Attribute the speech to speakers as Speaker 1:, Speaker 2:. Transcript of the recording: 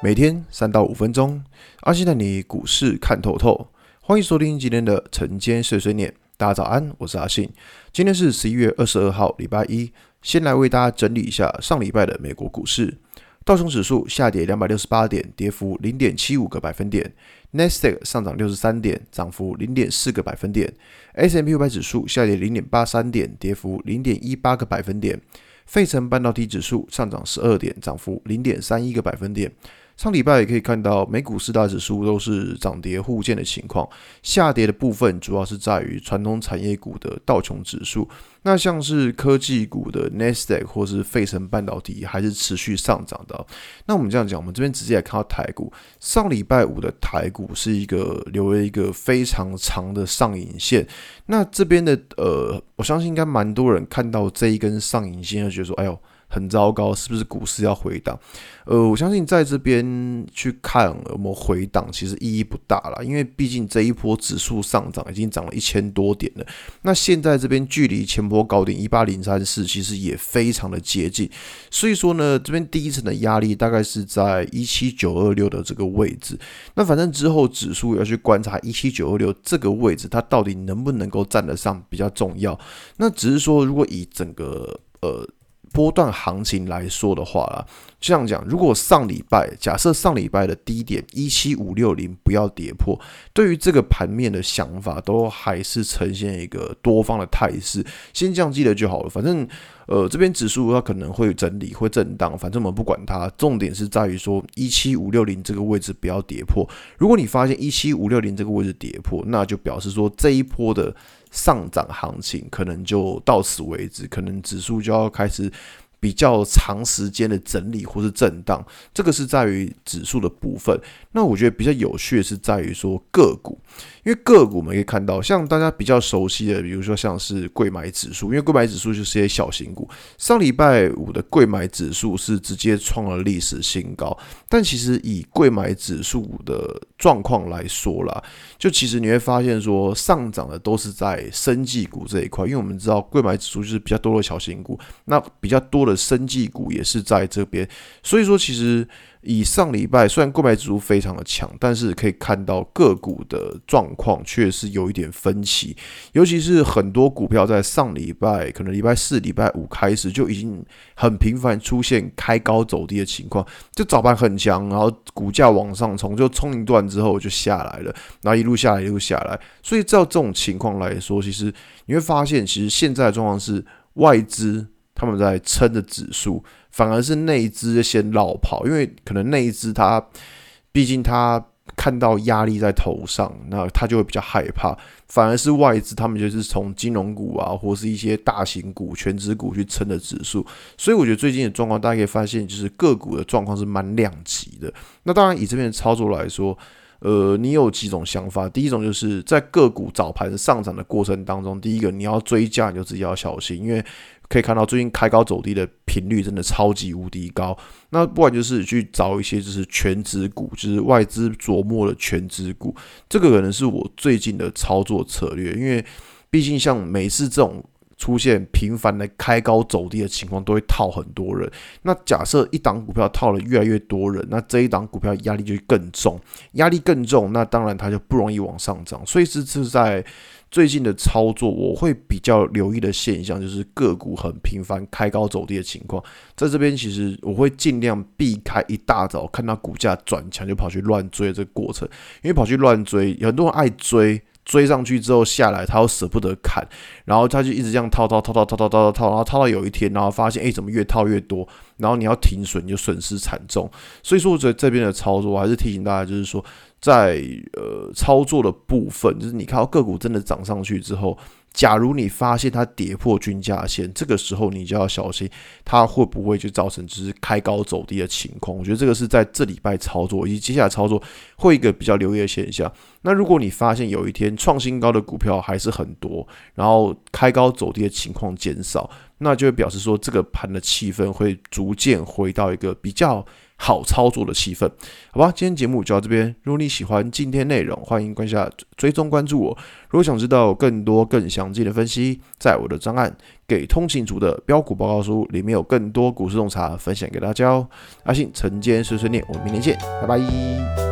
Speaker 1: 每天3到5分钟，阿信带你股市看透透。欢迎收听今天的晨间碎碎念。大家早安，我是阿信。今天是11月22号，礼拜一。先来为大家整理一下上礼拜的美国股市。道琼指数下跌268点，跌幅0.75个百分点。Nasdaq 上涨63点，涨幅0.4个百分点。S&P 500指数下跌0.83点，跌幅0.18个百分点。费城半导体指数上涨12点，涨幅0.31个百分点。上礼拜也可以看到美股四大指数都是涨跌互见的情况，下跌的部分主要是在于传统产业股的道琼指数，那像是科技股的 Nasdaq 或是费城半导体还是持续上涨的。那我们这样讲，我们这边直接来看到台股，上礼拜五的台股是留了一个非常长的上影线，那这边的我相信应该蛮多人看到这一根上影线就觉得说，哎呦，很糟糕，是不是股市要回档？我相信在这边去看有没有回档，其实意义不大啦，因为毕竟这一波指数上涨已经涨了1000多点了。那现在这边距离前波高点18034其实也非常的接近，所以说呢，这边第一层的压力大概是在17926的这个位置。那反正之后指数要去观察17926这个位置，它到底能不能够站得上比较重要。那只是说，如果以整个波段行情来说的话啦，这样讲，如果假设上礼拜的低点17560不要跌破，对于这个盘面的想法都还是呈现一个多方的态势，先这样记得就好了。反正这边指数它可能会整理会震荡，反正我们不管它，重点是在于说17560这个位置不要跌破。如果你发现17560这个位置跌破，那就表示说这一波的上涨行情可能就到此为止，可能指数就要开始比较长时间的整理或是震荡，这个是在于指数的部分。那我觉得比较有趣的是在于说个股，因为个股我们可以看到，像大家比较熟悉的，比如说像是柜买指数，因为柜买指数就是一些小型股。上礼拜五的柜买指数是直接创了历史新高，但其实以柜买指数的状况来说啦，就其实你会发现说上涨的都是在生技股这一块，因为我们知道柜买指数就是比较多的小型股，那比较多的生技股也是在这边，所以说其实以上礼拜虽然购买指数非常的强，但是可以看到个股的状况确实有一点分歧，尤其是很多股票在上礼拜可能礼拜4、礼拜5开始就已经很频繁出现开高走低的情况，就早盘很强，然后股价往上冲，就冲一段之后就下来了，然后一路下来，所以照这种情况来说，其实你会发现，其实现在的状况是外资他们在撑着指数，反而是内资先绕跑，因为可能内资毕竟他看到压力在头上，那他就会比较害怕，反而是外资他们就是从金融股啊，或是一些大型股、全指股去撑着指数，所以我觉得最近的状况大家可以发现，就是个股的状况是蛮两极的。那当然以这边的操作来说，你有几种想法？第一种就是在个股早盘上涨的过程当中，第一个你要追价，你就自己要小心，因为可以看到最近开高走低的频率真的超级无敌高。那不然就是去找一些就是全指股，就是外资琢磨的全指股，这个可能是我最近的操作策略，因为毕竟像每次这种出现频繁的开高走低的情况，都会套很多人。那假设一档股票套了越来越多人，那这一档股票压力就更重，那当然它就不容易往上涨。所以是在最近的操作，我会比较留意的现象就是个股很频繁开高走低的情况。在这边其实我会尽量避开一大早看到股价转强就跑去乱追的这个过程，因为跑去乱追，很多人爱追上去之后下来，他又舍不得砍，然后他就一直这样套，然后套到有一天，然后发现怎么越套越多，然后你要停损，你就损失惨重。所以说，我觉得这边的操作，我还是提醒大家，就是说，在操作的部分，就是你看到个股真的涨上去之后，假如你发现它跌破均价线，这个时候你就要小心，它会不会就造成就是开高走低的情况。我觉得这个是在这礼拜操作以及接下来操作会一个比较留意的现象。那如果你发现有一天创新高的股票还是很多，然后开高走低的情况减少，那就会表示说这个盘的气氛会逐渐回到一个比较好操作的气氛。好吧，今天节目就到这边。如果你喜欢今天内容，欢迎关下追踪关注我。如果想知道更多更详尽的分析，在我的专案给通勤族的标股报告书里面有更多股市洞察分享给大家哦。阿信晨间碎碎念，我们明天见，拜拜。